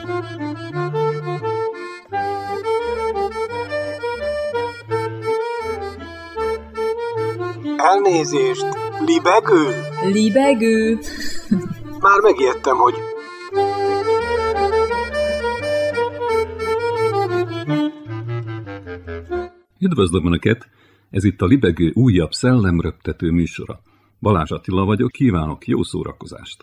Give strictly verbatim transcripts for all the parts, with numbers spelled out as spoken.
Elnézést! Libegő? Libegő? Már megijedtem, hogy... Üdvözlöm Önöket! Ez itt a Libegő újabb szellemröptető műsora. Balázs Attila vagyok, kívánok jó szórakozást!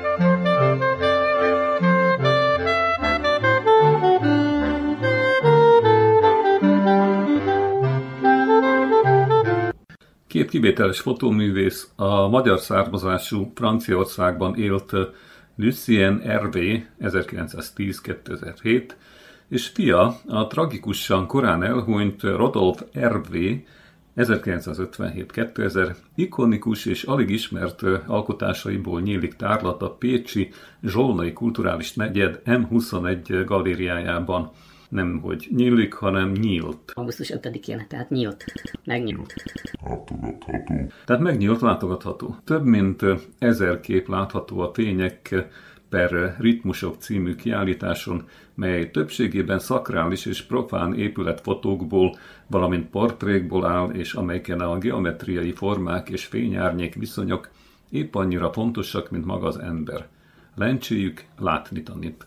Két kivételes fotóművész, a magyar származású Franciaországban élt Lucien Hervé ezerkilencszáztíz-kétezer-hét, és fia, a tragikusan korán elhunyt Rodolphe Hervé ezerkilencszázötvenhét-kétezer ikonikus és alig ismert alkotásaiból nyílik tárlat a pécsi Zsolnai Kulturális Negyed em huszonegy galériájában. Nem, hogy nyílik, hanem nyílt. augusztus ötödikén, tehát nyílt. Megnyílt. Látogatható. Tehát megnyílt, látogatható. Több mint ezer kép látható a Fények per ritmusok című kiállításon, mely többségében szakrális és profán épületfotókból, valamint portrékból áll, és amelyeken a geometriai formák és fényárnyék viszonyok épp annyira fontosak, mint maga az ember. Lencséjük látni tanít.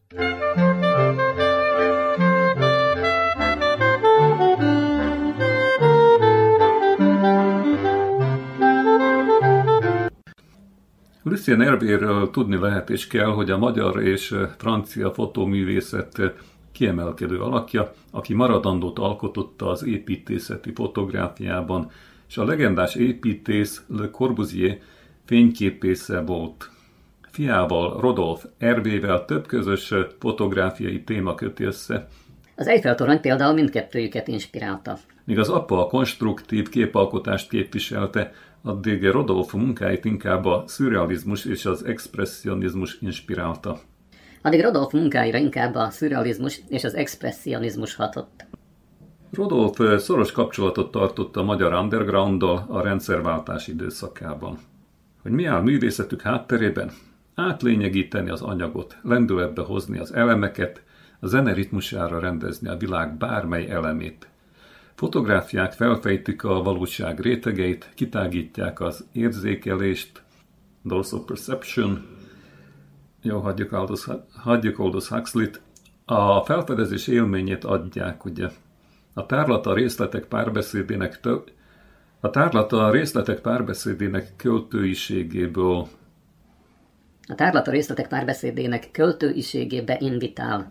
Lucien Hervéről tudni lehet és kell, hogy a magyar és francia fotóművészet kiemelkedő alakja, aki maradandót alkototta az építészeti fotográfiában, és a legendás építész Le Corbusier fényképésze volt. Fiával, Rodolphe Hervével több közös fotográfiai téma köti össze. Az Eiffel-torony például mindkettőjüket inspirálta. Míg az apa a konstruktív képalkotást képviselte, addig Rodolphe munkáit inkább a szürrealizmus és az expresszionizmus inspirálta. Addig Rodolphe munkáira inkább a szürrealizmus és az expresszionizmus hatott. Rodolphe szoros kapcsolatot tartott a magyar undergrounddal a rendszerváltás időszakában. Hogy mi áll művészetük hátterében? Átlényegíteni az anyagot, lendületbe hozni az elemeket, a zene ritmusára rendezni a világ bármely elemét. Fotográfiák felfejtik a valóság rétegeit, kitágítják az érzékelést, dose of perception, jó, hagyjuk Aldous, hagyjuk Aldous Huxleyt, a felfedezés élményét adják, ugye. A tárlata a részletek párbeszédének, tö- a tárlata a részletek párbeszédének költőiségéből. A tárlata részletek párbeszédének költőiségébe invitál.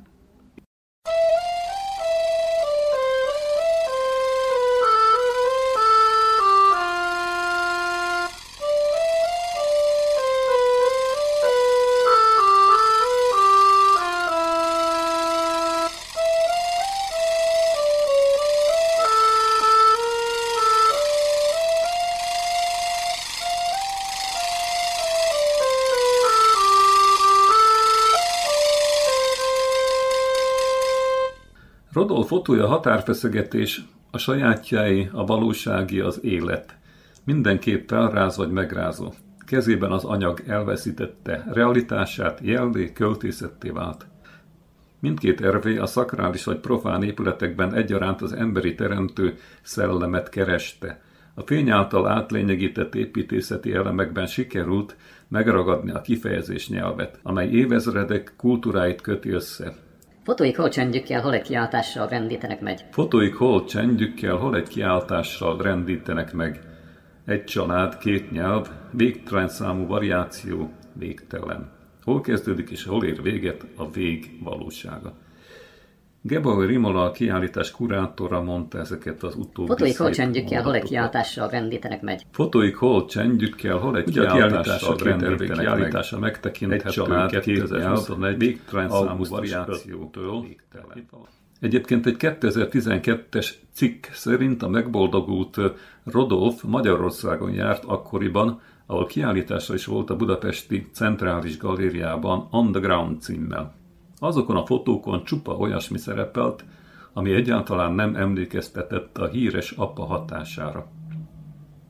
Rodolphe fotója határfeszegetés, a sajátjái, a valósági, az élet. Mindenképp felráz vagy megrázó. Kezében az anyag elveszítette realitását, jellé, költészetté vált. Mindkét Hervé a szakrális vagy profán épületekben egyaránt az emberi teremtő szellemet kereste. A fény által átlényegített építészeti elemekben sikerült megragadni a kifejezés nyelvet, amely évezredek kultúráit köti össze. Fotóik hol csendjükkel, hol egy kiáltással rendítenek meg. Fotóik hol csendjükkel, hol egy kiáltással rendítenek meg. Egy család, két nyelv, végtelen számú variáció, végtelen. Hol kezdődik és hol ér véget a vég valósága. Gebauer Imola, a kiállítás kurátora mondta ezeket az utóbbi Fotóik hol csendjükkel, hol egy kiáltással rendítenek meg. Fotóik hol csendjükkel, hol egy kiáltással rendítenek meg. Kiállítása megtekinthető egy család, két nyelv, végtelen számú variációtól. Egyébként egy kétezer-tizenkettes cikk szerint a megboldogult Rodolphe Magyarországon járt akkoriban, ahol kiállítása is volt a budapesti Centrális Galériában Underground címmel. Azokon a fotókon csupa olyasmi szerepelt, ami egyáltalán nem emlékeztetett a híres apa hatására.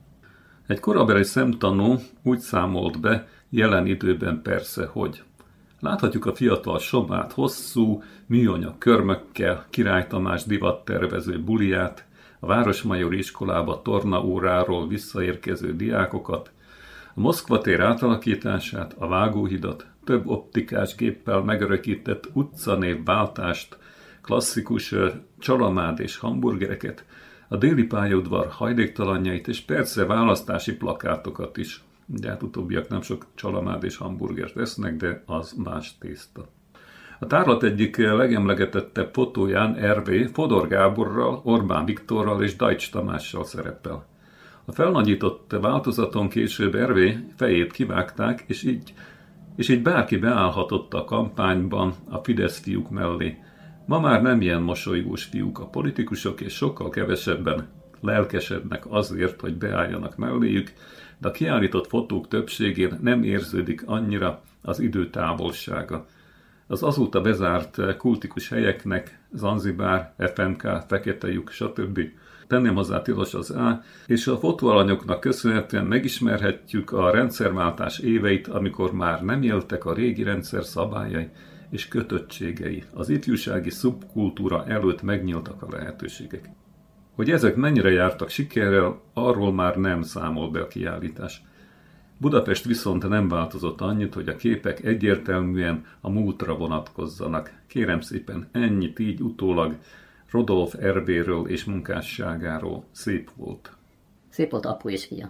Egy korabeli szemtanú úgy számolt be, jelen időben persze, hogy Láthatjuk a fiatal Somát hosszú, műanyag körmökkel, Király Tamás divattervező buliját, a Városmajori iskolába tornaóráról visszaérkező diákokat, a Moszkva tér átalakítását, a Vágóhidat, több optikás géppel megörökített utcanévváltást, klasszikus csalamád és hamburgereket, a déli pályaudvar hajléktalanjait és persze választási plakátokat is. Ugye hát utóbbiak nem sok csalamád és hamburgert esznek, de az más tészta. A tárlat egyik legemlegetettebb fotóján er vé Fodor Gáborral, Orbán Viktorral és Dajcs Tamással szerepel. A felnagyított változaton később er vé fejét kivágták, és így, és így bárki beállhatott a kampányban a Fidesz fiúk mellé. Ma már nem ilyen mosolygós fiúk a politikusok, és sokkal kevesebben lelkesednek azért, hogy beálljanak melléjük, de a kiállított fotók többségén nem érződik annyira az idő távolsága. Az azóta bezárt kultikus helyeknek, Zanzibár, ef em ká, Fekete lyuk, stb. Tenném hozzá tilos az A, és a fotóalanyoknak köszönhetően megismerhetjük a rendszerváltás éveit, amikor már nem éltek a régi rendszer szabályai és kötöttségei. Az ifjúsági szubkultúra előtt megnyíltak a lehetőségek. Hogy ezek mennyire jártak sikerrel, arról már nem számol be a kiállítás. Budapest viszont nem változott annyit, hogy a képek egyértelműen a múltra vonatkozzanak. Kérem szépen, ennyit így utólag Rodolf Erbéről és munkásságáról. Szép volt. Szép volt apu és fia.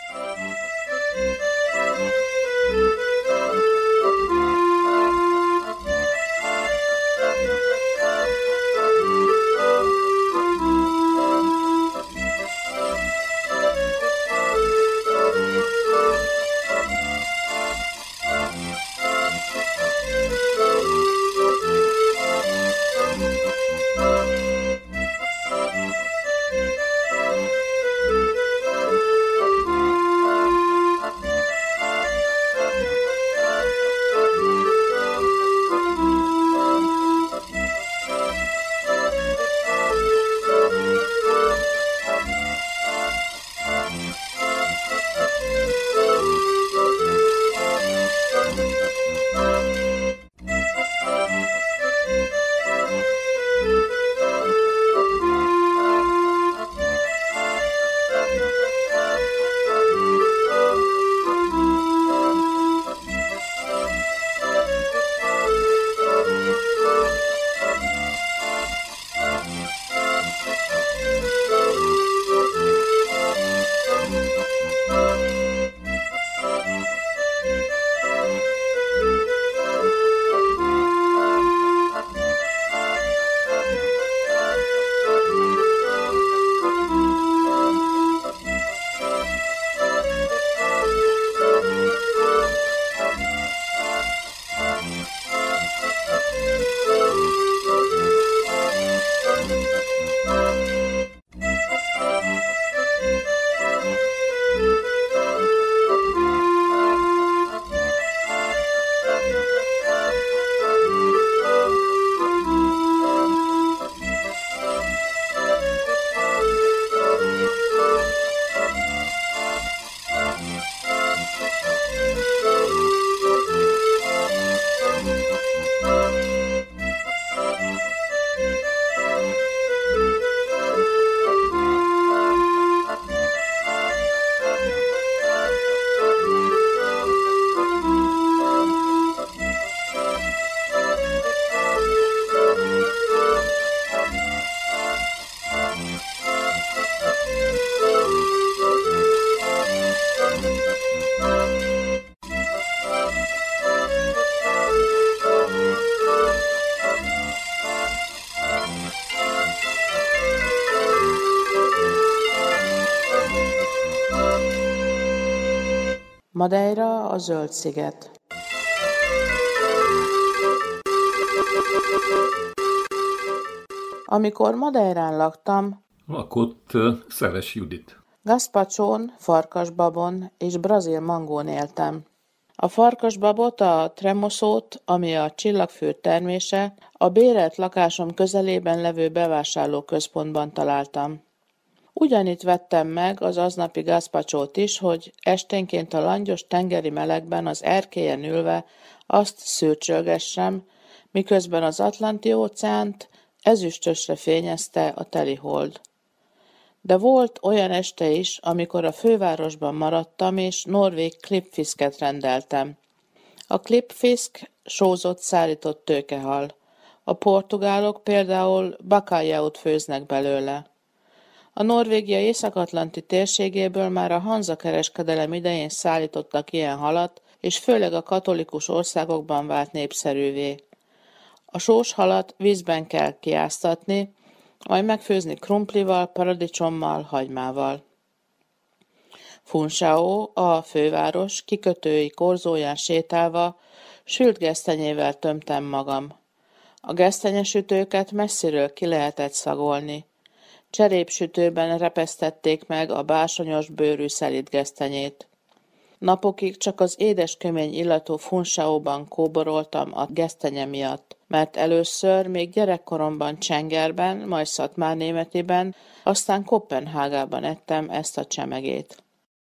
Madeira, a zöld sziget. Amikor Madeirán laktam, lakott uh, Szeles Judit. gazpachón, farkasbabon és brazil mangón éltem. A farkasbabot, a tremoszót, ami a csillagfő termése, a bérelt lakásom közelében levő bevásárlóközpontban találtam. Ugyanitt vettem meg az aznapi gazpachót is, hogy esténként a langyos tengeri melegben az erkélyen ülve azt szürcsölgessem, miközben az Atlanti-óceánt ezüstösre fényezte a telihold. De volt olyan este is, amikor a fővárosban maradtam, és norvég klippfisket rendeltem. A klippfisk sózott szárított tőkehal. A portugálok például bacalhaót főznek belőle. A Norvégia észak-atlanti térségéből már a Hanza kereskedelem idején szállítottak ilyen halat, és főleg a katolikus országokban vált népszerűvé. A sós halat vízben kell kiáztatni, majd megfőzni krumplival, paradicsommal, hagymával. Funchal, a főváros kikötői korzóján sétálva sült gesztenyével tömtem magam. A gesztenyesütőket messziről ki lehetett szagolni. Cserépsütőben repesztették meg a bársonyos bőrű szelíd gesztenyét. Napokig csak az édes kömény illatú Funchalban kóboroltam a gesztenye miatt, mert először még gyerekkoromban Csengerben, majd Szatmárnémetiben, aztán Koppenhágában ettem ezt a csemegét.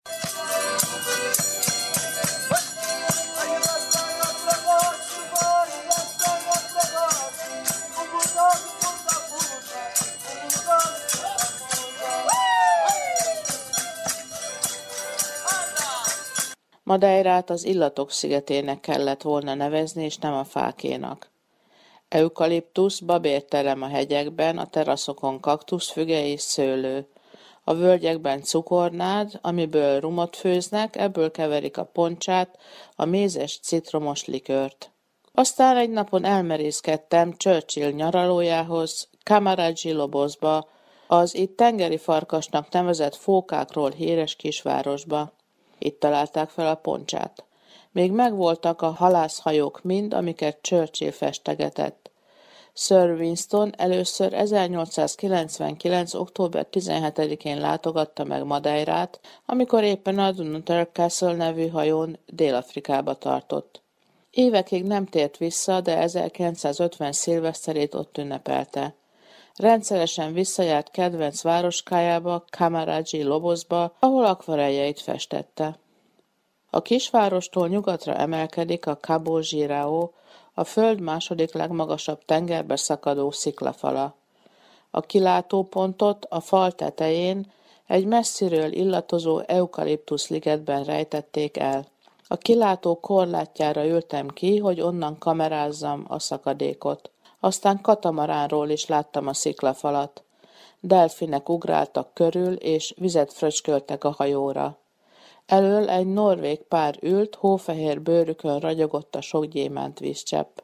Madeirát az illatok szigetének kellett volna nevezni, és nem a fákénak. Eukaliptusz, babérterem a hegyekben, a teraszokon kaktuszfüge és szőlő. A völgyekben cukornád, amiből rumot főznek, ebből keverik a poncsát, a mézes citromos likőrt. Aztán egy napon elmerészkedtem Churchill nyaralójához, Kamaradzsi-Lobozba, az itt tengeri farkasnak nevezett fókákról híres kisvárosba. Itt találták fel a poncsát. Még megvoltak a halászhajók mind, amiket Churchill festegetett. Sir Winston először ezernyolcszázkilencvenkilenc. október tizenhetedikén látogatta meg Madeirát, amikor éppen a Dunnottar Castle nevű hajón Dél-Afrikába tartott. Évekig nem tért vissza, de ezerkilencszázötven szilveszterét ott ünnepelte. Rendszeresen visszajárt kedvenc városkájába, Kamaradzsi-Lobozba, ahol akvareljeit festette. A kisvárostól nyugatra emelkedik a Cabo Girao, a föld második legmagasabb tengerbe szakadó sziklafala. A kilátópontot a fal tetején egy messziről illatozó eukaliptusz ligetben rejtették el. A kilátó korlátjára ültem ki, hogy onnan kamerázzam a szakadékot. Aztán katamaránról is láttam a sziklafalat. Delfinek ugráltak körül, és vizet fröcsköltek a hajóra. Elől egy norvég pár ült, hófehér bőrükön ragyogott a sok gyémánt vízcsepp.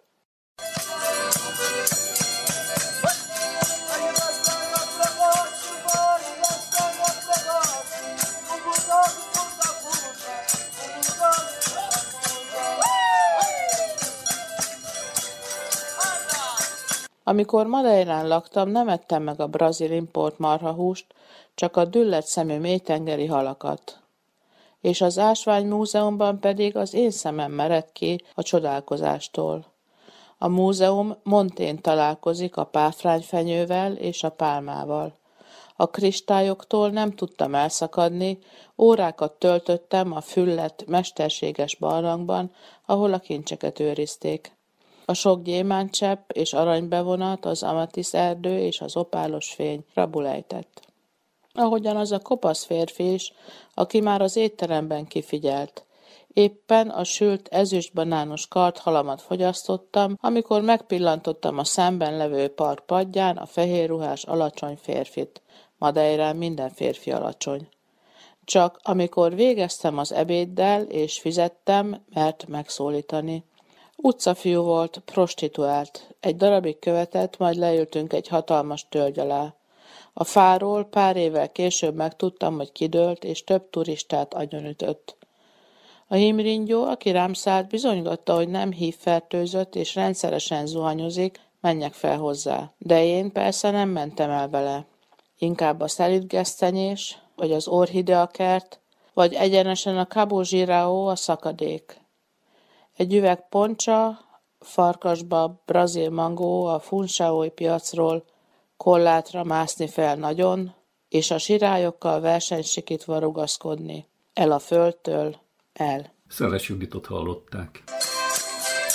Amikor Madeirán laktam, nem ettem meg a brazil import marhahúst, csak a düllett szemű mélytengeri halakat. És az Ásványmúzeumban pedig az én szemem meredt ki a csodálkozástól. A múzeum Montén találkozik a páfrányfenyővel és a pálmával. A kristályoktól nem tudtam elszakadni, órákat töltöttem a füllett, mesterséges barlangban, ahol a kincseket őrizték. A sok gyémántcsepp és aranybevonat, az amatisz erdő és az opálos fény rabul ejtett. Ahogyan az a kopasz férfi is, aki már az étteremben kifigyelt. Éppen a sült ezüstbanános karthalamat fogyasztottam, amikor megpillantottam a szemben levő park padján a fehérruhás alacsony férfit. Madeirán minden férfi alacsony. Csak amikor végeztem az ebéddel és fizettem, mert megszólítani. Utcafiú volt, prostituált. Egy darabig követett, majd leültünk egy hatalmas tölgy alá. A fáról pár évvel később megtudtam, hogy kidőlt, és több turistát agyonütött. A hímringyó, aki rám szállt, bizonygatta, hogy nem hívfertőzött, és rendszeresen zuhanyozik, menjek fel hozzá. De én persze nem mentem el vele. Inkább a szelídgesztenyés, vagy az orchideakert, vagy egyenesen a Cabo Girao, a szakadék. Egy üveg poncsa, farkasba, brazil mangó a Funchal piacról, kollátra mászni fel nagyon, és a sirályokkal versenysikítva rugaszkodni. El a földtől, el. Szeles Juditot hallották.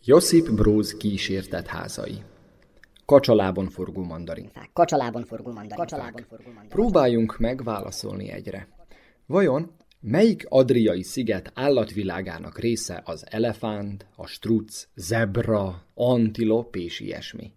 Josip Broz kísértett házai. Kacsalában forgó mandarinfák. Kacsalában forgó mandarinfák. Próbáljunk meg válaszolni egyre. Vajon melyik adriai sziget állatvilágának része az elefánt, a struc, zebra, antilop és ilyesmi?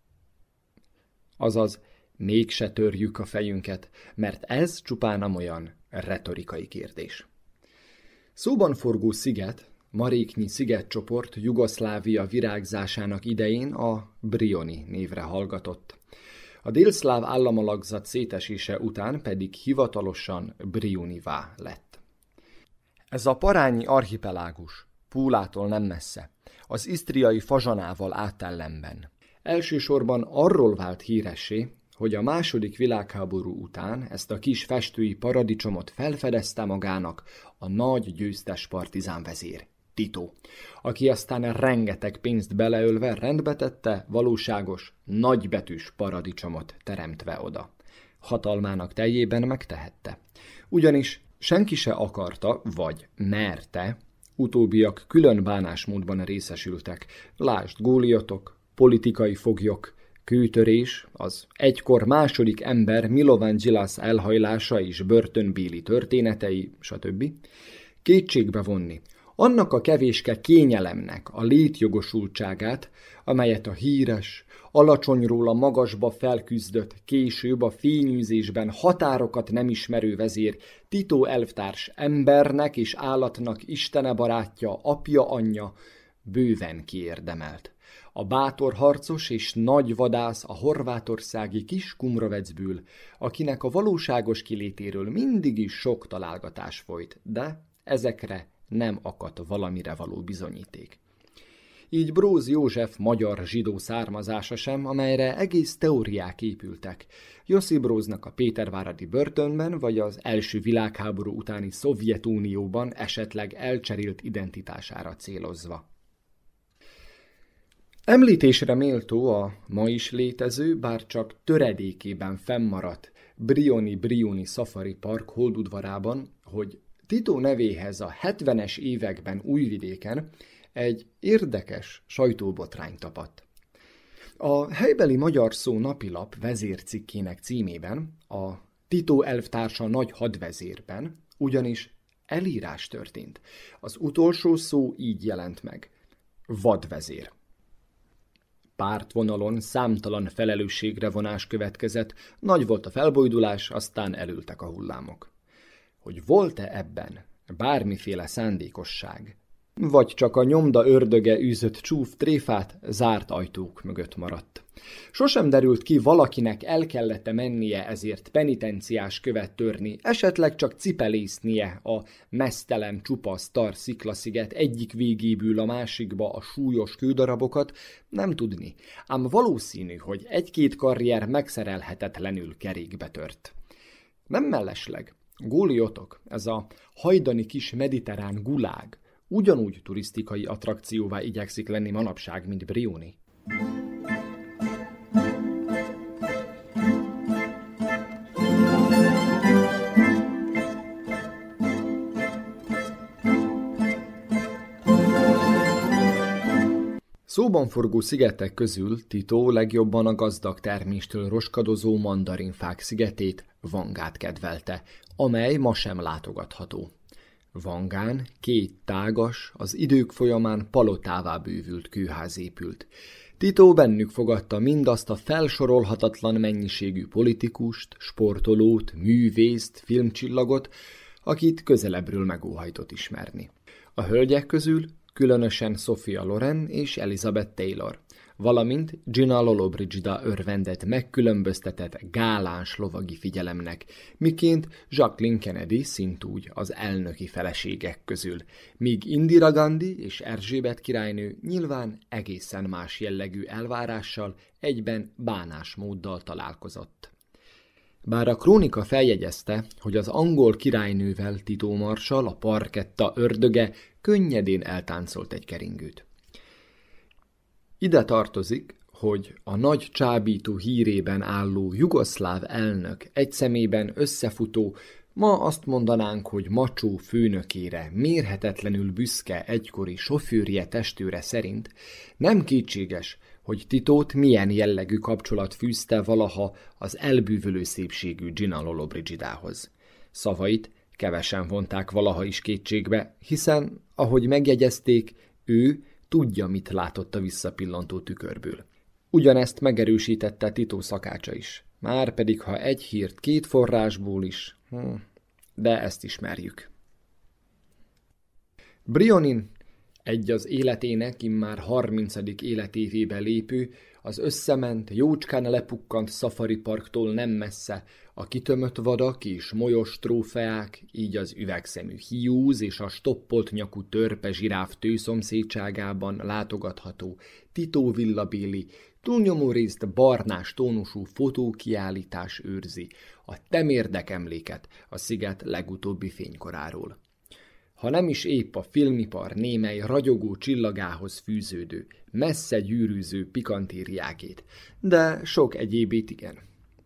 Azaz, mégse törjük a fejünket, mert ez csupán amolyan retorikai kérdés. Szóban forgó sziget, maréknyi szigetcsoport Jugoszlávia virágzásának idején a Brioni névre hallgatott. A délszláv államalakzat szétesése után pedig hivatalosan Brijunivá lett. Ez a parányi archipelágus, Púlától nem messze, az isztriai Fazsanával átellenben. Elsősorban arról vált híressé, hogy a második világháború után ezt a kis festői paradicsomot felfedezte magának a nagy győztes partizán vezér, Tito, aki aztán rengeteg pénzt beleölve rendbe tette valóságos, nagybetűs paradicsomot teremtve oda. Hatalmának teljében megtehette. Ugyanis senki se akarta, vagy merte, utóbbiak külön bánásmódban részesültek, lásd Góliotok, politikai foglyok, kőtörés, az egykor második ember Milovan Djilas elhajlása és börtönbéli történetei, stb. Kétségbe vonni annak a kevéske kényelemnek a létjogosultságát, amelyet a híres, alacsonyról a magasba felküzdött, később a fényűzésben határokat nem ismerő vezér Tito elvtárs embernek és állatnak istene barátja, apja, anyja bőven kiérdemelt. A bátor harcos és nagy vadász a horvátországi kis Kumrovecből, akinek a valóságos kilétéről mindig is sok találgatás folyt, de ezekre nem akadt valamire való bizonyíték. Így Broz József magyar zsidó származása sem, amelyre egész teóriák épültek, Josip Broznak a péterváradi börtönben vagy az első világháború utáni Szovjetunióban esetleg elcserélt identitására célozva. Említésre méltó a ma is létező, bár csak töredékében fennmaradt Brioni-Briuni Safari Park holdudvarában, hogy Tito nevéhez a hetvenes években Újvidéken egy érdekes sajtóbotrány tapadt. A helybeli Magyar Szó napilap vezércikkének címében, a Tito elvtársa nagy hadvezérben ugyanis elírás történt. Az utolsó szó így jelent meg: vadvezér. Pártvonalon számtalan felelősségre vonás következett, nagy volt a felbojdulás, aztán elültek a hullámok. Hogy volt-e ebben bármiféle szándékosság, vagy csak a nyomda ördöge űzött csúf tréfát zárt ajtók mögött maradt. Sosem derült ki, valakinek el kellett mennie ezért penitenciás követ törni, esetleg csak cipelésznie a meztelen csupasz tar sziklasziget egyik végéből a másikba a súlyos kődarabokat, nem tudni, ám valószínű, hogy egy-két karrier megszerelhetetlenül kerékbe tört. Nem mellesleg, Góliotok, ez a hajdani kis mediterrán gulág, ugyanúgy turisztikai attrakcióvá igyekszik lenni manapság, mint Brioni. Szóban forgó szigetek közül Tito legjobban a gazdag terméstől roskadozó mandarinfák szigetét, Vangát kedvelte, amely ma sem látogatható. Vangán két tágas, az idők folyamán palotává bővült kőház épült. Tito bennük fogadta mindazt a felsorolhatatlan mennyiségű politikust, sportolót, művészt, filmcsillagot, akit közelebbről megóhajtott ismerni. A hölgyek közül különösen Sophia Loren és Elizabeth Taylor, valamint Gina Lollobrigida örvendett megkülönböztetett gáláns lovagi figyelemnek, miként Jacqueline Kennedy szintúgy az elnöki feleségek közül, míg Indira Gandhi és Erzsébet királynő nyilván egészen más jellegű elvárással, egyben bánásmóddal találkozott. Bár a krónika feljegyezte, hogy az angol királynővel Tito marsal, a parketta ördöge könnyedén eltáncolt egy keringőt. Ide tartozik, hogy a nagy csábító hírében álló jugoszláv elnök egy szemében összefutó, Ma azt mondanánk, hogy macsó főnökére, mérhetetlenül büszke egykori sofőrje testőre szerint nem kétséges, hogy Titót milyen jellegű kapcsolat fűzte valaha az elbűvölő szépségű Gina Lollobrigidához. Szavait kevesen vonták valaha is kétségbe, hiszen, ahogy megjegyezték, ő tudja, mit látott a visszapillantó tükörből. Ugyanezt megerősítette Tito szakácsa is. Márpedig, ha egy hírt két forrásból is, hm, de ezt ismerjük. Brionin, egy az életének immár harmincadik életévébe lépő, az összement, jócskán lepukkant Safari Parktól nem messze, a kitömött vadak és molyos trófeák, így az üvegszemű hiúz és a stoppolt nyakú törpe zsiráf tőszomszédságában látogatható Tito villabéli, túlnyomó részt barnás tónusú fotókiállítás őrzi a temérdek emléket a sziget legutóbbi fénykoráról. Ha nem is épp a filmipar némely ragyogó csillagához fűződő, messze gyűrűző pikantériákét, de sok egyébét igen.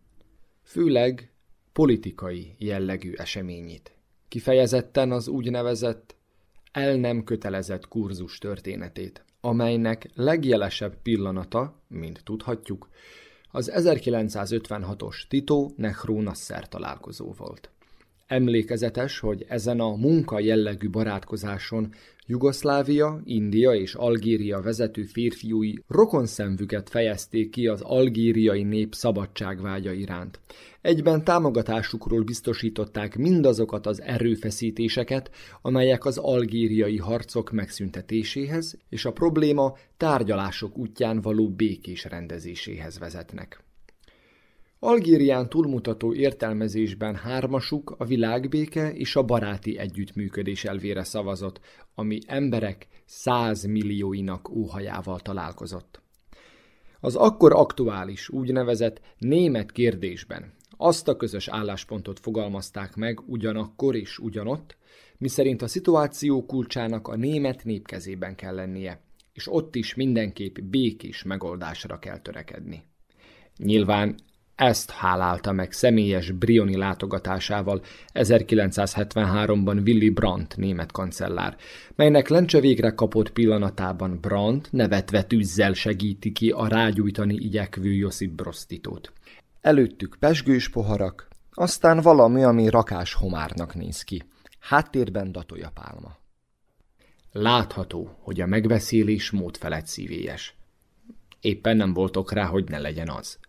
Főleg politikai jellegű eseményét, kifejezetten az úgynevezett el nem kötelezett kurzus történetét, amelynek legjelesebb pillanata, mint tudhatjuk, az ezerkilencszázötvenhatos Tito-Nehró-Nasser találkozó volt. Emlékezetes, hogy ezen a munka jellegű barátkozáson Jugoszlávia, India és Algéria vezető férfiúi rokonszenvüket fejezték ki az algériai nép szabadságvágya iránt. Egyben támogatásukról biztosították mindazokat az erőfeszítéseket, amelyek az algériai harcok megszüntetéséhez és a probléma tárgyalások útján való békés rendezéséhez vezetnek. Algérián túlmutató értelmezésben hármasuk a világbéke és a baráti együttműködés elvére szavazott, ami emberek százmillióinak óhajával találkozott. Az akkor aktuális, úgynevezett német kérdésben azt a közös álláspontot fogalmazták meg ugyanakkor és ugyanott, miszerint a szituáció kulcsának a német nép kezében kell lennie, és ott is mindenképp békés megoldásra kell törekedni. Nyilván ezt hálálta meg személyes Brioni látogatásával ezerkilencszázhetvenháromban Willy Brandt német kancellár, melynek lencse végre kapott pillanatában Brandt nevetve tűzzel segíti ki a rágyújtani igyekvő Josip Broz Titót. Előttük pezsgős poharak, aztán valami, ami rakás homárnak néz ki. Háttérben datolja pálma. Látható, hogy a megbeszélés módfelett szívélyes. Éppen nem voltok rá, hogy ne legyen az.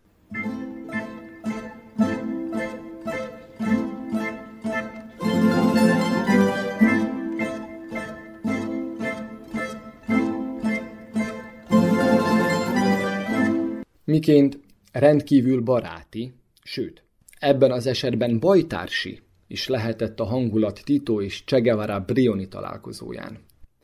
Miként rendkívül baráti, sőt, ebben az esetben bajtársi is lehetett a hangulat Tito és Che Guevara Brioni találkozóján.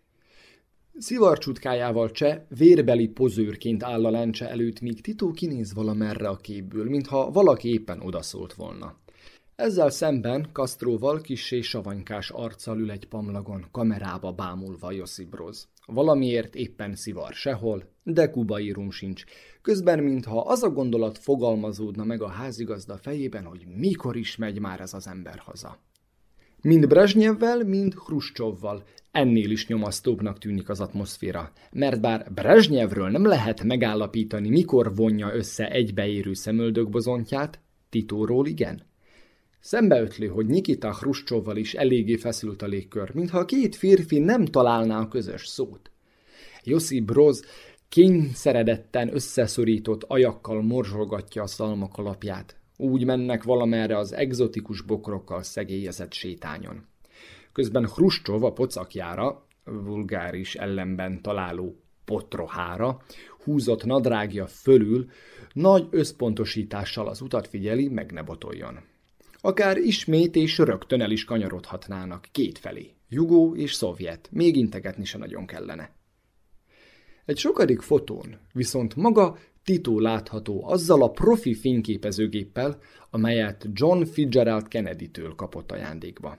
Szivarcsutkájával Cseh vérbeli pozőrként áll a lencse előtt, míg Tito kinéz valamerre a képből, mintha valaki éppen odaszólt volna. Ezzel szemben Castroval kissé savanykás arccal ül egy pamlagon, kamerába bámulva Josip Broz. Valamiért éppen szivar sehol, de kubai rum sincs. Közben, mintha az a gondolat fogalmazódna meg a házigazda fejében, hogy mikor is megy már ez az ember haza. Mind Brezsnyevvel, mind Hruscsovval ennél is nyomasztóbbnak tűnik az atmoszféra, mert bár Brezsnyevről nem lehet megállapítani, mikor vonja össze egybeérő szemöldökbozontját, Titóról igen. Szembeötlő, hogy Nikita Hruscsovval is eléggé feszült a légkör, mintha a két férfi nem találná a közös szót. Josip Broz kényszeredetten összeszorított ajakkal morzsolgatja a szalmak alapját. Úgy mennek valamerre az egzotikus bokrokkal szegélyezett sétányon. Közben Hruscsov a pocakjára, vulgáris ellenben találó potrohára, húzott nadrágja fölül nagy összpontosítással az utat figyeli, meg ne botoljon. Akár ismét és rögtön el is kanyarodhatnának kétfelé. Jugó és szovjet, még integetni se nagyon kellene. Egy sokadik fotón viszont maga Tito látható azzal a profi fényképezőgéppel, amelyet John Fitzgerald Kennedy-től kapott ajándékba.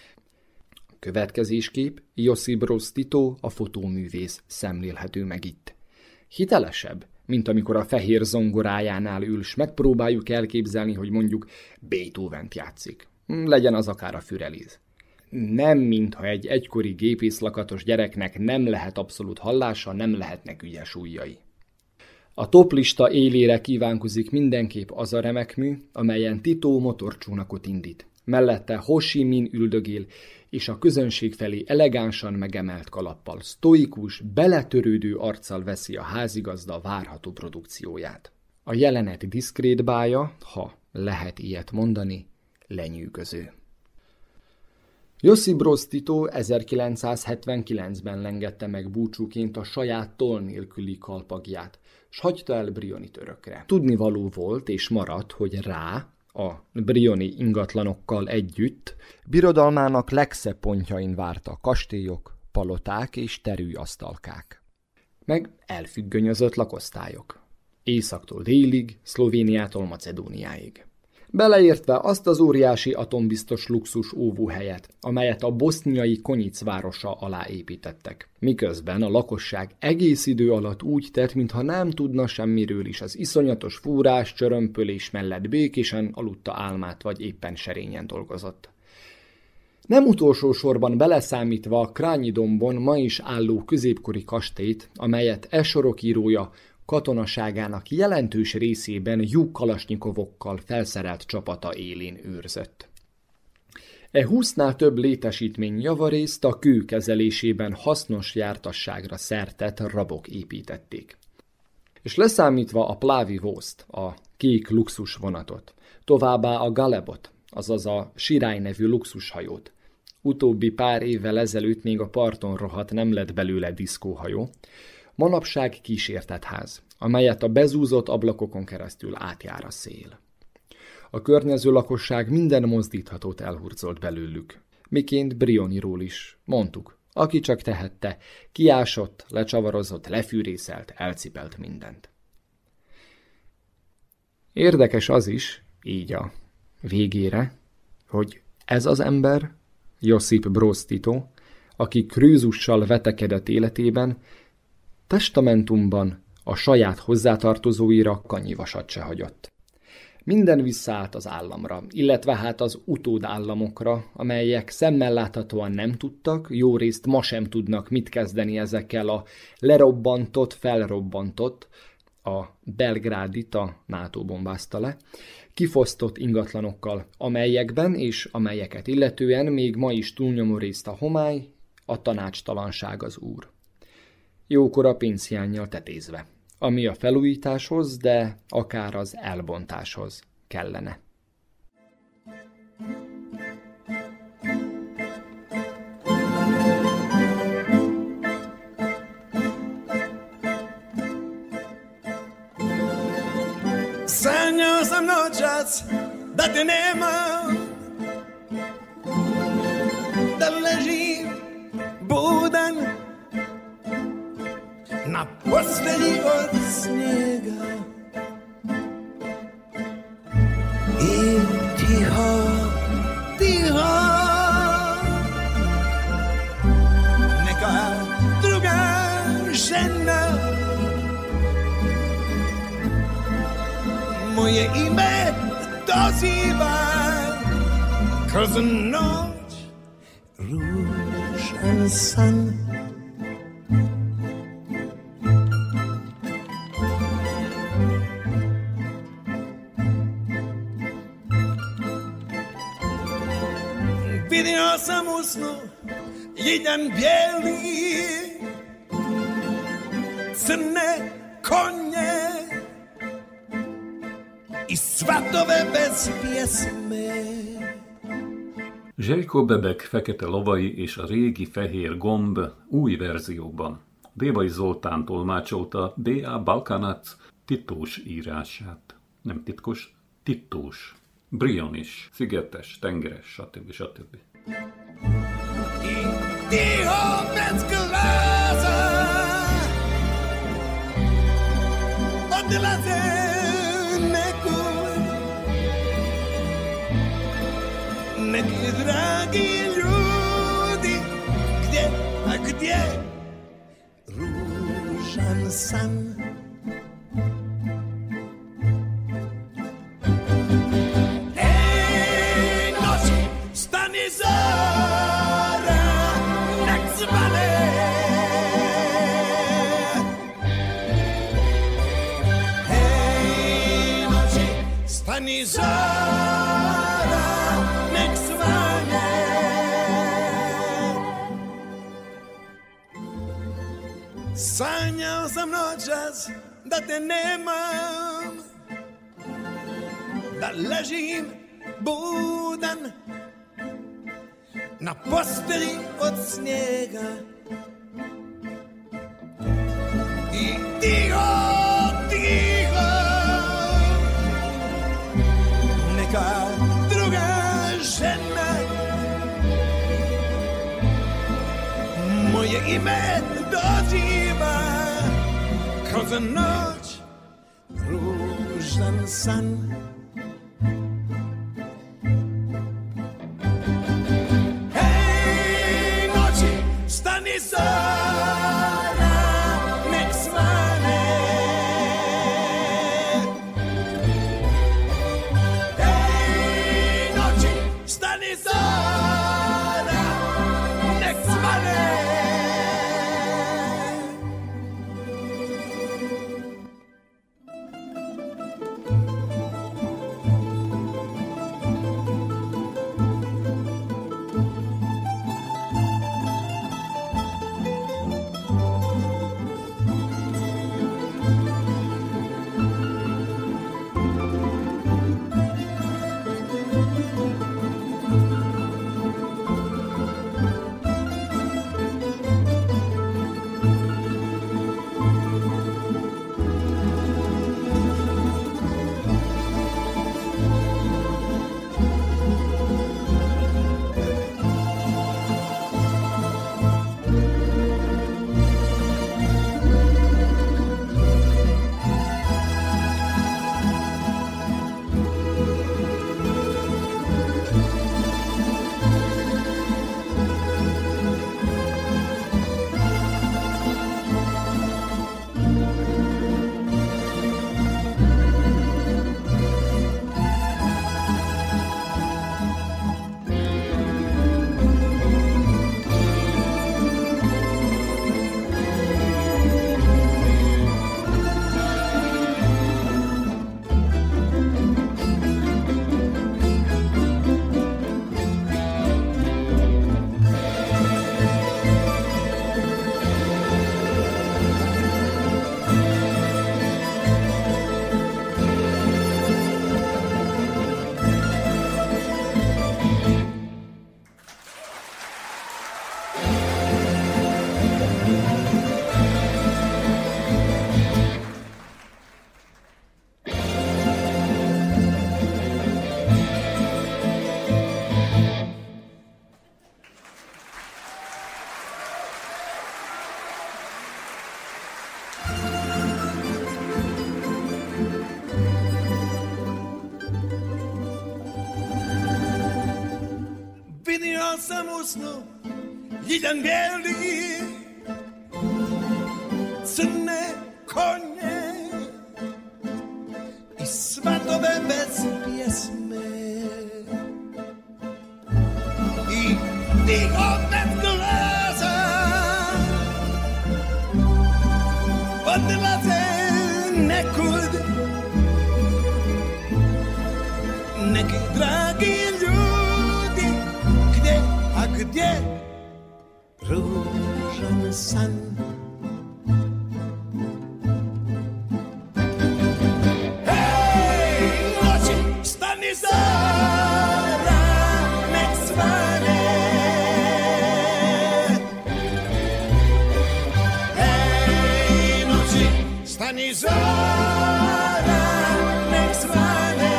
A következéskép Josip Broz Tito, a fotóművész szemlélhető meg itt. Hitelesebb, mint amikor a fehér zongorájánál ül, s megpróbáljuk elképzelni, hogy mondjuk Beethovent játszik. Legyen az akár a Fürelíz. Nem, mintha egy egykori gépészlakatos gyereknek nem lehet abszolút hallása, nem lehetnek ügyes ujjai. A toplista élére kívánkozik mindenképp az a remek mű, amelyen Tito motorcsónakot indít. Mellette Ho Chi Minh üldögél, és a közönség felé elegánsan megemelt kalappal, sztoikus, beletörődő arccal veszi a házigazda várható produkcióját. A jelenet diszkrét bája, ha lehet ilyet mondani, lenyűgöző. Josip Broz Tito ezerkilencszázhetvenkilencben lengette meg búcsúként a saját toll nélküli kalpagját, s hagyta el Brionit örökre. Tudnivaló volt és maradt, hogy rá, a brioni ingatlanokkal együtt, birodalmának legszebb pontjain várta kastélyok, paloták és terűasztalkák. Meg elfüggönyözött lakosztályok. Északtól délig, Szlovéniától Macedóniáig. Beleértve azt az óriási atombiztos luxus óvóhelyet, amelyet a boszniai Konyic városa alá építettek. Miközben a lakosság egész idő alatt úgy tett, mintha nem tudna semmiről is, az iszonyatos fúrás, csörömpölés mellett békésen aludta álmát, vagy éppen serényen dolgozott. Nem utolsó sorban beleszámítva a Krányi dombon ma is álló középkori kastélyt, amelyet e sorok írója katonaságának jelentős részében Juk kalasnyikovokkal felszerelt csapata élén őrzött. E húsznál több létesítmény javarészt a kő kezelésében hasznos jártasságra szertett rabok építették. És leszámítva a Plávi Voszt, a kék luxus vonatot, továbbá a Galebot, azaz a Sirály nevű luxushajót, utóbbi pár évvel ezelőtt még a parton rohadt, nem lett belőle diszkóhajó, manapság kísértett ház, amelyet a bezúzott ablakokon keresztül átjár a szél. A környező lakosság minden mozdíthatót elhurcolt belőlük, miként Brioniról is, mondtuk, aki csak tehette, kiásott, lecsavarozott, lefűrészelt, elcipelt mindent. Érdekes az is, így a végére, hogy ez az ember, Josip Broz Tito, aki krúzussal vetekedett életében, testamentumban a saját hozzátartozóira kannyivasat se hagyott. Minden visszaállt az államra, illetve hát az utódállamokra, amelyek szemmel láthatóan nem tudtak, jó részt ma sem tudnak mit kezdeni ezekkel a lerobbantott, felrobbantott, a Belgrádit a NATO bombázta le, kifosztott ingatlanokkal, amelyekben és amelyeket illetően még ma is túlnyomó részt a homály, a tanácstalanság az úr. Jókora pénzhiánnyal tetézve, ami a felújításhoz, de akár az elbontáshoz kellene. Sueños a noches de tenema de leží budan na postelji od snijega i tiho, tiho neka druga žena moje ime doziva kroz noć ružan san. Vidio sam u snu jedan bijeli, crne konje i svatove bez pjesme. Zsejko Bebek fekete lovai és a régi fehér gomb új verzióban. Dévai Zoltán tolmácsolta bé á Balkanac titós írását. Nem titkos, titós. Brionis, szigetes, tengeres, stb. stb. Tiho bez glasa odlaze nekud, neki dragi ljudi, gdje, a gdje ružan san. Ej, noć stani zara, nek svane. Sanjao sam noćas da te nemam, da ležim budan na posteli od snijega i tiho, tiho neka druga žena moje ime doziva kroz noć ružan san. Hej noći, stani zara, nek svane. Hej noći, stani zara, nek svane. Vidio sam u snu jedan bijeli, crne konje i svatove bez pjesme i tiho bez glasa odlaze nekud neki dragi ljudi. Gdje, a gdje ružan san? Hej, noći, stani zara, nek svane. Hej, noći, stani zara, nek svane.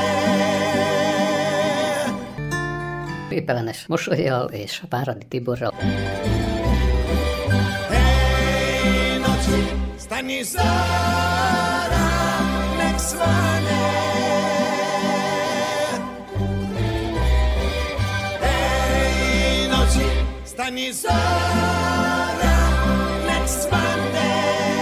Népelenes mosollyal és Váradi Tiborral. Hej, noći, stani zara, nek svane. Hej, noći, stani zara, nek svane.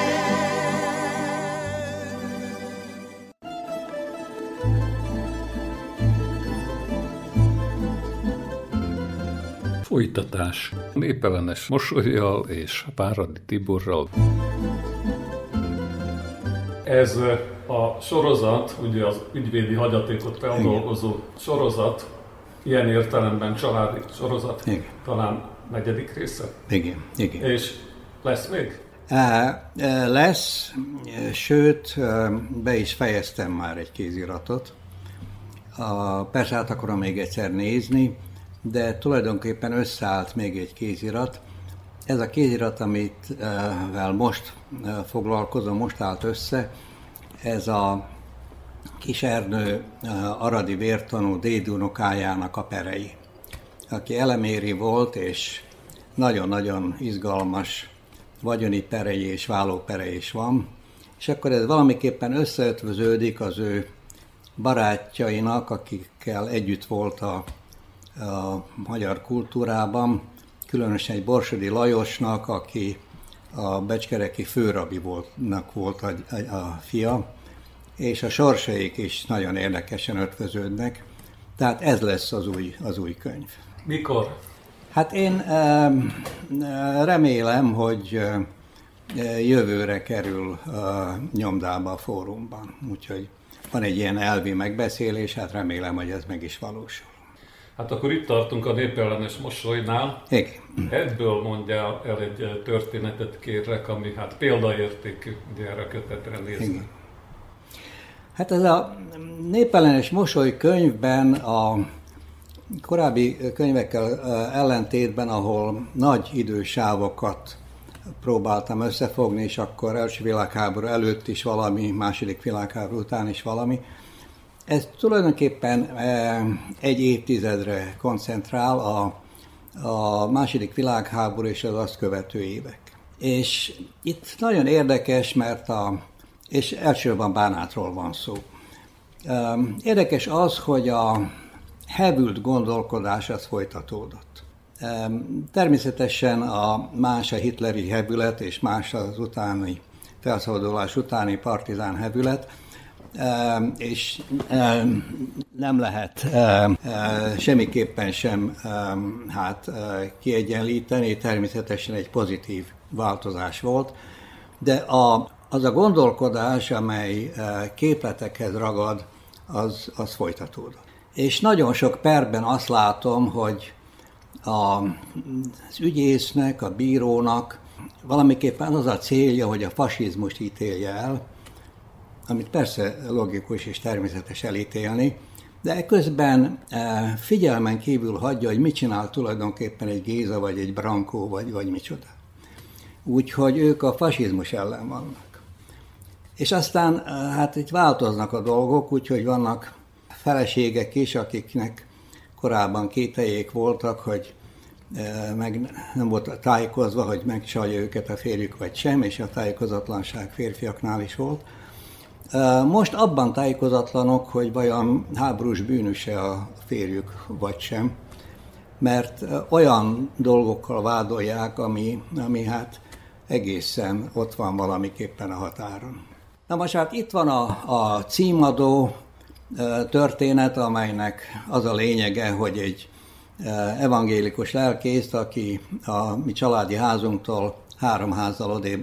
Folytatás. Népelenes mosollyal és Váradi Tiborral. Ez A sorozat, ugye az ügyvédi hagyatékot feldolgozó Igen. sorozat, ilyen értelemben családi sorozat, Igen. talán negyedik része? Igen. Igen. És lesz még? Lesz, sőt, be is fejeztem már egy kéziratot. Persze hát akarom még egyszer nézni, de tulajdonképpen összeállt még egy kézirat. Ez a kézirat, amivel most foglalkozom, most állt össze, ez a Kis Ernő aradi vértanú dédunokájának a perei, aki eleméri volt, és nagyon-nagyon izgalmas vagyoni perei és vállóperei is van, és akkor ez valamiképpen összeötvöződik az ő barátjainak, akikkel együtt volt a, a magyar kultúrában, különösen egy Borsodi Lajosnak, aki a becskereki főrabi voltnak volt a, a, a fia, és a sorsaik is nagyon érdekesen ötvöződnek. Tehát ez lesz az új, az új könyv. Mikor? Hát én remélem, hogy jövőre kerül nyomdába a fórumban. Úgyhogy van egy ilyen elvi megbeszélés, hát remélem, hogy ez meg is valósul. Hát akkor itt tartunk a népellenes mosolynál. Igen. Ebből mondja el egy történetet, kérlek, ami hát példaértékű, ugye erre a kötetre nézve. Igen. Hát ez a népellenes mosoly könyvben a korábbi könyvekkel ellentétben, ahol nagy idősávokat próbáltam összefogni, és akkor első világháború előtt is valami, második világháború után is valami. Ez tulajdonképpen egy évtizedre koncentrál a, a második világháború és az azt követő évek. És itt nagyon érdekes, mert a, és elsősorban Bánátról van szó. Érdekes az, hogy a hevült gondolkodás az folytatódott. Természetesen a más a hitleri hevület, és más az utáni felszabadulás utáni partizán hevület, és nem lehet semmiképpen sem hát, kiegyenlíteni, természetesen egy pozitív változás volt, de a, az a gondolkodás, amely képletekhez ragad, az, az folytatódott. És nagyon sok perben azt látom, hogy a, az ügyésznek, a bírónak valamiképpen az a célja, hogy a fasizmust ítélje el, amit persze logikus és természetes elítélni, de közben figyelmen kívül hagyja, hogy mit csinál tulajdonképpen egy Géza, vagy egy Brankó, vagy, vagy micsoda. Úgyhogy ők a fasizmus ellen vannak. És aztán hát itt változnak a dolgok, úgyhogy vannak feleségek is, akiknek korábban kételjék voltak, hogy meg nem volt tájékozva, hogy megcsalja őket a férjük vagy sem, és a tájékozatlanság férfiaknál is volt. Most abban tájékozatlanok, hogy vajon háborús bűnöse a férjük vagy sem, mert olyan dolgokkal vádolják, ami, ami hát egészen ott van valamiképpen a határon. Na most hát itt van a, a címadó történet, amelynek az a lényege, hogy egy evangélikus lelkészt, aki a mi családi házunktól három házzal odébb,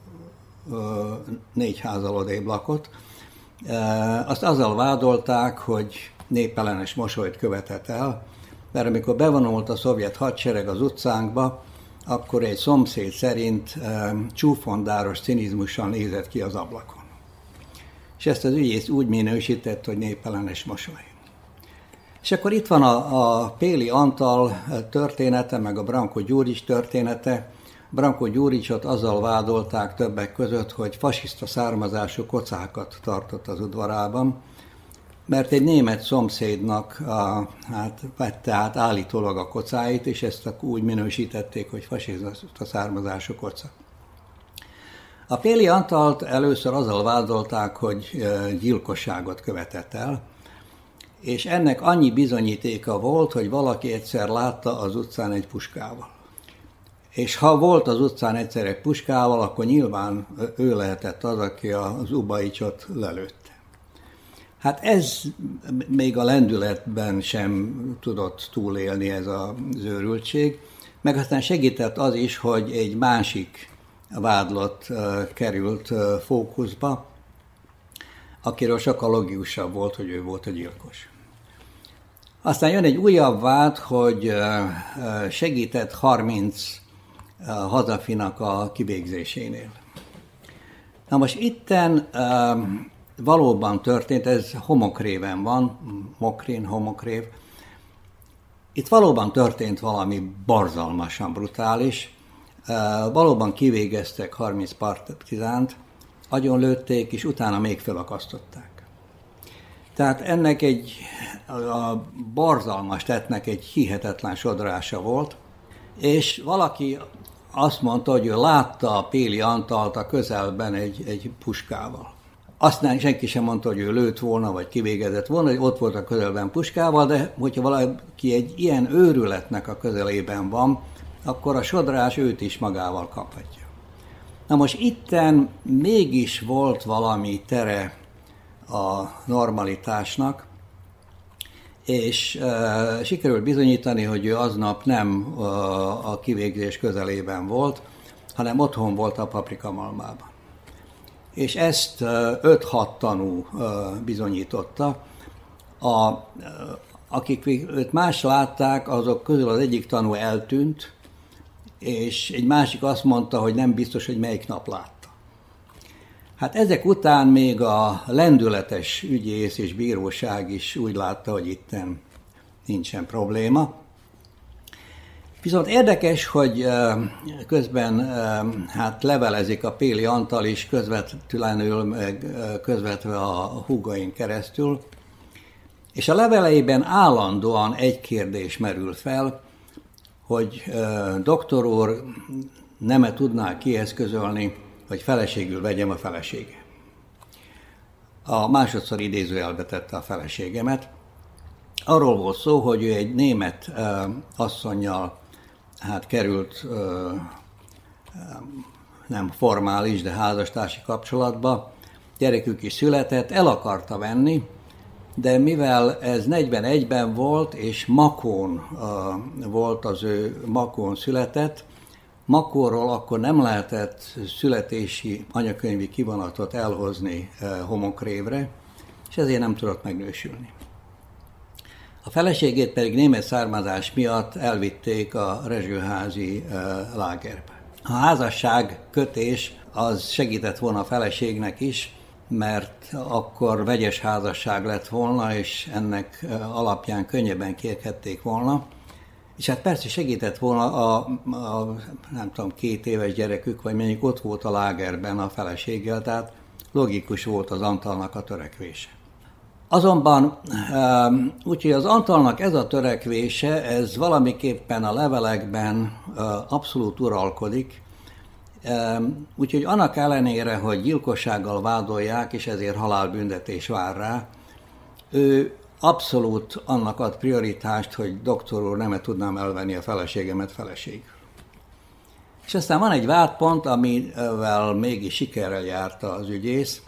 négy házzal odébb lakott, azt azzal vádolták, hogy népellenes mosolyt követett el, mert amikor bevonult a szovjet hadsereg az utcánkba, akkor egy szomszéd szerint csúfondáros cinizmussal nézett ki az ablakon. És ezt az ügyész úgy minősített, hogy népellenes mosoly. És akkor itt van a, a Péli Antal története, meg a Brankó Gyurics története. Brankó Gyuricsot azzal vádolták többek között, hogy fasiszta származású kocákat tartott az udvarában, mert egy német szomszédnak a, hát, vette át állítólag a kocáit, és ezt úgy minősítették, hogy fasiszta származású koca. A Péli Antalt először azzal vádolták, hogy gyilkosságot követett el, és ennek annyi bizonyítéka volt, hogy valaki egyszer látta az utcán egy puskával. És ha volt az utcán egyszer egy puskával, akkor nyilván ő lehetett az, aki az Ubaicsot lelőtte. Hát ez még a lendületben sem tudott túlélni ez az őrültség, meg aztán segített az is, hogy egy másik vádlott került fókuszba, akiről sokkal logikusabb volt, hogy ő volt a gyilkos. Aztán jön egy újabb vád, hogy segített harminc hazafinak a kivégzésénél. Na most itten valóban történt, ez homokréven van, mokrén, homokrév. Itt valóban történt valami borzalmasan brutális. Valóban kivégeztek harminc partizánt, agyonlőtték, és utána még felakasztották. Tehát ennek egy, a borzalmas tettnek egy hihetetlen sodrása volt, és valaki azt mondta, hogy ő látta a Péli Antalt a közelben egy, egy puskával. Aztán senki sem mondta, hogy ő lőtt volna, vagy kivégezett volna, hogy ott volt a közelben puskával, de hogyha valaki egy ilyen őrületnek a közelében van, akkor a sodrás őt is magával kaphatja. Na most itten mégis volt valami tere a normalitásnak, és e, sikerült bizonyítani, hogy ő aznap nem e, a kivégzés közelében volt, hanem otthon volt a paprikamalmában. És ezt öt-hat tanú e, bizonyította. A, e, akik őt más látták, azok közül az egyik tanú eltűnt, és egy másik azt mondta, hogy nem biztos, hogy melyik nap látta. Hát ezek után még a lendületes ügyész és bíróság is úgy látta, hogy itten nincsen probléma. Viszont érdekes, hogy közben hát levelezik a Péli Antal is közvetlenül, meg közvetve a húgain keresztül, és a leveleiben állandóan egy kérdés merül fel, hogy doktor úr nem-e tudná kieszközölni, hogy feleségül vegyem a felesége. A másodszor idézőjelbe tette a feleségemet. Arról volt szó, hogy ő egy német uh, asszonnyal hát került uh, uh, nem formális, de házastársi kapcsolatba. Gyerekük is született, el akarta venni, de mivel ez negyvenegyben volt, és Makón uh, volt az ő, Makón született, Makóról akkor nem lehetett születési anyakönyvi kivonatot elhozni uh, Homokrévre, és ezért nem tudott megnősülni. A feleségét pedig német származás miatt elvitték a rezsőházi uh, lágerbe. A házasság kötés az segített volna a feleségnek is, mert akkor vegyes házasság lett volna, és ennek alapján könnyebben kérhették volna. És hát persze segített volna a, a nem tudom, két éves gyerekük, vagy mondjuk ott volt a lágerben a feleséggel, tehát logikus volt az Antalnak a törekvése. Azonban úgyhogy az Antalnak ez a törekvése, ez valamiképpen a levelekben abszolút uralkodik, úgyhogy annak ellenére, hogy gyilkossággal vádolják, és ezért halálbüntetés vár rá, ő abszolút annak ad prioritást, hogy doktor úr, nem tudnám elvenni a feleségemet feleségül. És aztán van egy vádpont, amivel mégis sikerrel járt az ügyész,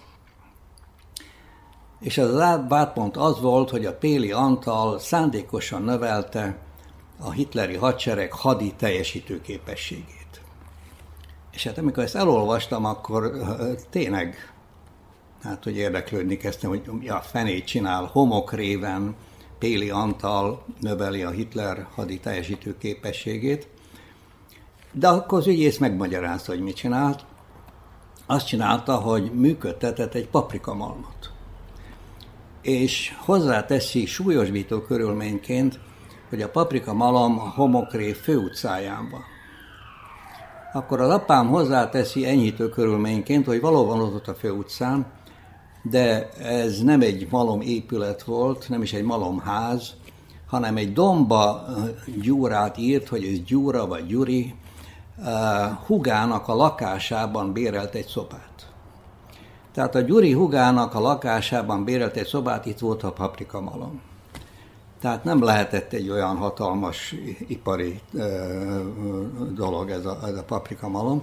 és az a vádpont az volt, hogy a Péli Antal szándékosan növelte a hitleri hadsereg hadi teljesítő képességét. És hát amikor ezt elolvastam, akkor tényleg, hát hogy érdeklődni kezdtem, hogy ja, fenét csinál, Homokréven Péli Antal növeli a Hitler hadi teljesítő képességét. De akkor az ügyész megmagyarázta, hogy mit csinált. Azt csinálta, hogy működtetett egy paprikamalmot. És hozzáteszi súlyosbító körülményként, hogy a paprikamalom a Homokrév főutcáján van. Akkor az apám hozzáteszi enyhítő körülményként, hogy valóban ott a főutcán, de ez nem egy malom épület volt, nem is egy malomház, hanem egy domba Gyurát írt, hogy ez Gyura vagy Gyuri, húgának a lakásában bérelt egy szobát. Tehát a Gyuri húgának a lakásában bérelt egy szobát, itt volt a paprikamalom. Tehát nem lehetett egy olyan hatalmas ipari dolog ez a, ez a paprikamalom.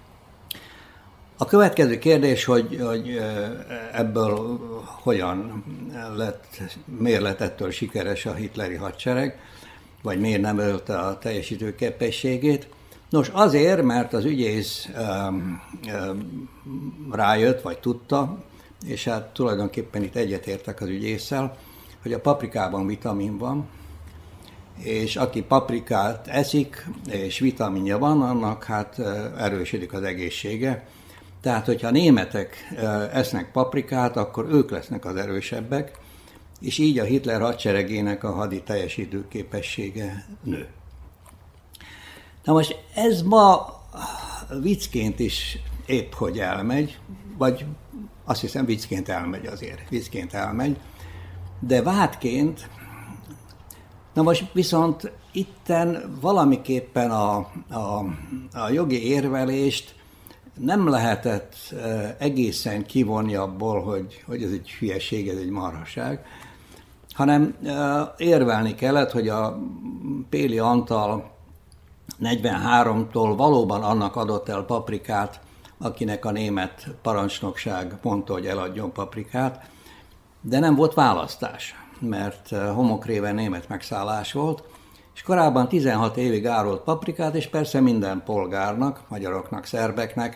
A következő kérdés, hogy, hogy ebből hogyan lett, miért lett ettől sikeres a hitleri hadsereg, vagy miért nem ölte a teljesítő képességét. Nos, azért, mert az ügyész rájött, vagy tudta, és hát tulajdonképpen itt egyetértek az ügyésszel, hogy a paprikában vitamin van, és aki paprikát eszik, és vitaminja van, annak hát erősödik az egészsége. Tehát, hogyha a németek esznek paprikát, akkor ők lesznek az erősebbek, és így a Hitler hadseregének a hadi teljesítő képessége nő. Na most ez ma viccként is épp hogy elmegy, vagy azt hiszem viccként elmegy azért, viccként elmegy, de vádként, na most viszont itten valamiképpen a, a, a jogi érvelést nem lehetett egészen kivonni abból, hogy, hogy ez egy hülyeség, ez egy marhaság, hanem érvelni kellett, hogy a Péli Antal negyvenháromtól valóban annak adott el paprikát, akinek a német parancsnokság mondta, hogy eladjon paprikát, de nem volt választás, mert homokréven német megszállás volt, és korábban tizenhat évig árolt paprikát, és persze minden polgárnak, magyaroknak, szerbeknek,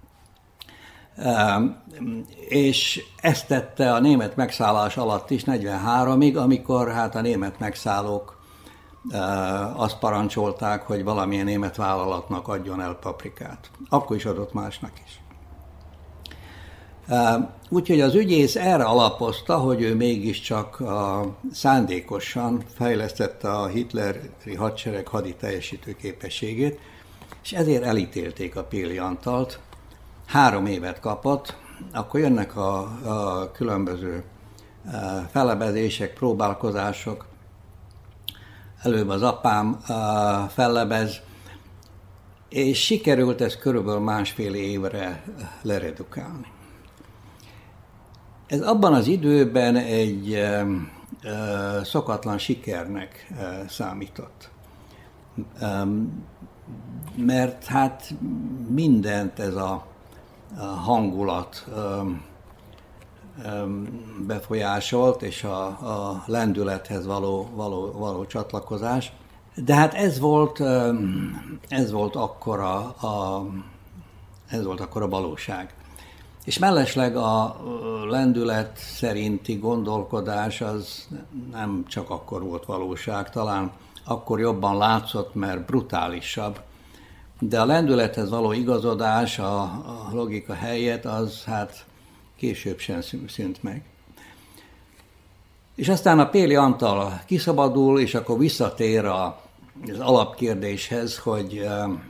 és ezt tette a német megszállás alatt is negyvenháromig, amikor hát a német megszállók azt parancsolták, hogy valamilyen német vállalatnak adjon el paprikát. Akkor is adott másnak is. Úgyhogy az ügyész erre alapozta, hogy ő mégiscsak szándékosan fejlesztette a hitleri hadsereg hadi teljesítő képességét, és ezért elítélték a Péli Antalt. Három évet kapott, akkor jönnek a, a különböző fellebezések, próbálkozások. Előbb az apám fellebez, és sikerült ezt körülbelül másfél évre leredukálni. Ez abban az időben egy szokatlan sikernek számított. Mert hát mindent ez a hangulat befolyásolt, és a, a lendülethez való, való, való csatlakozás. De hát ez volt, ez volt akkor a, a, ez volt akkor a valóság. És mellesleg a lendület szerinti gondolkodás az nem csak akkor volt valóság, talán akkor jobban látszott, mert brutálisabb. De a lendülethez való igazodás, a, a logika helyett, az hát később sem szűnt meg. És aztán a Péli Antal kiszabadul, és akkor visszatér a, az alapkérdéshez, hogy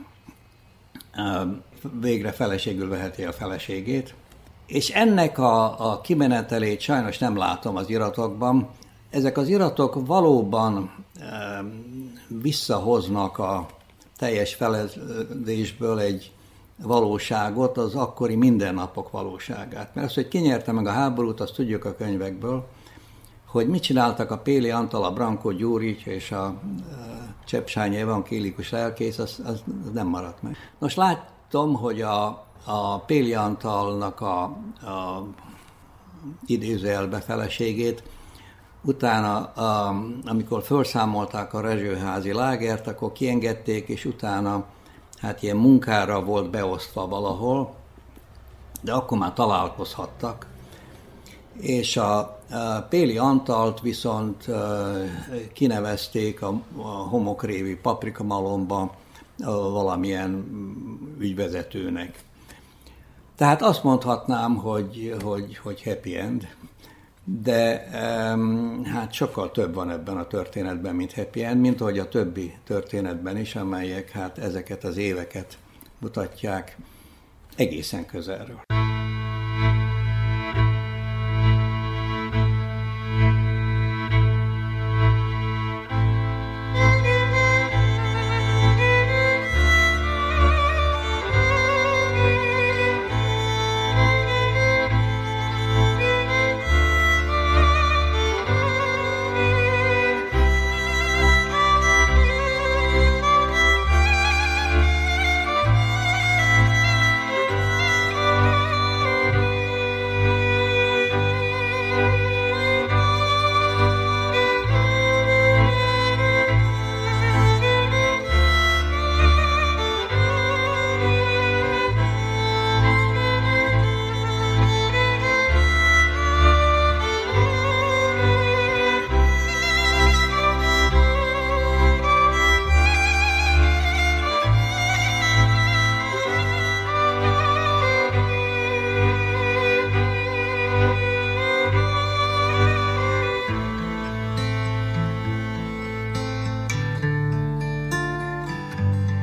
végre feleségül veheti a feleségét. És ennek a, a kimenetelét sajnos nem látom az iratokban. Ezek az iratok valóban e, visszahoznak a teljes feledésből egy valóságot, az akkori mindennapok valóságát. Mert az, hogy ki nyerte meg a háborút, azt tudjuk a könyvekből, hogy mit csináltak a Péli Antal, a Brankó Gyurics és a Csepsányi evangélikus lelkész, az, az nem maradt meg. Most látom, hogy a, a Péli Antalnak a, a idézőjelbe feleségét utána, a, amikor felszámolták a rezsőházi lágert, akkor kiengedték, és utána hát ilyen munkára volt beosztva valahol, de akkor már találkozhattak. És a, a Péli Antalt viszont kinevezték a, a homokrévi paprikamalomba valamilyen ügyvezetőnek. Tehát azt mondhatnám, hogy, hogy, hogy happy end, de um, hát sokkal több van ebben a történetben, mint happy end, mint ahogy a többi történetben is, amelyek hát ezeket az éveket mutatják egészen közelről.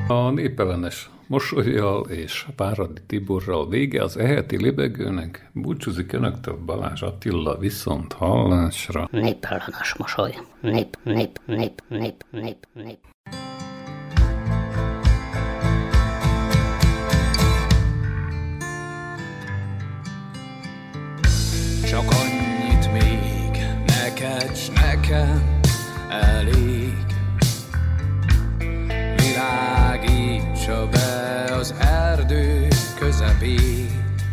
A népellenes mosollyal és Váradi Tiborral vége az eheti libegőnek. Búcsúzik önöktől Balázs Attila, viszont hallásra. Népellenes mosoly. Nép, nép, nép, nép, nép, nép. Csak annyit még neked s nekem elég. Világítsa be az erdő közepét.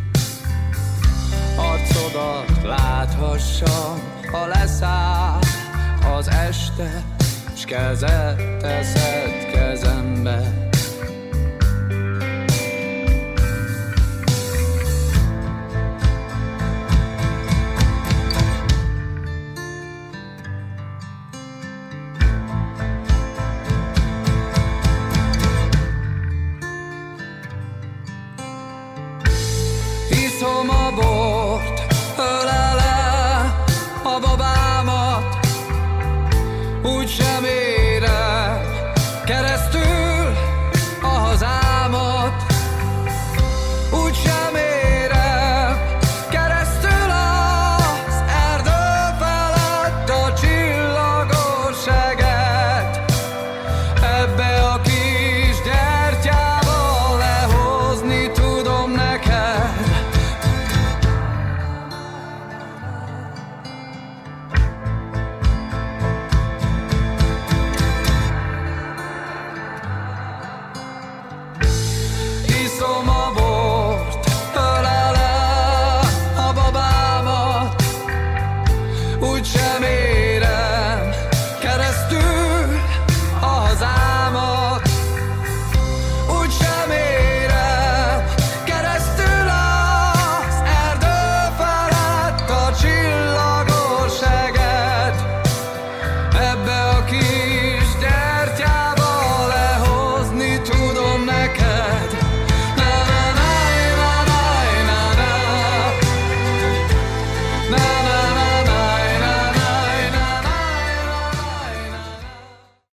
Arcodat láthassam, ha leszáll az este, s kezed teszed kezembe.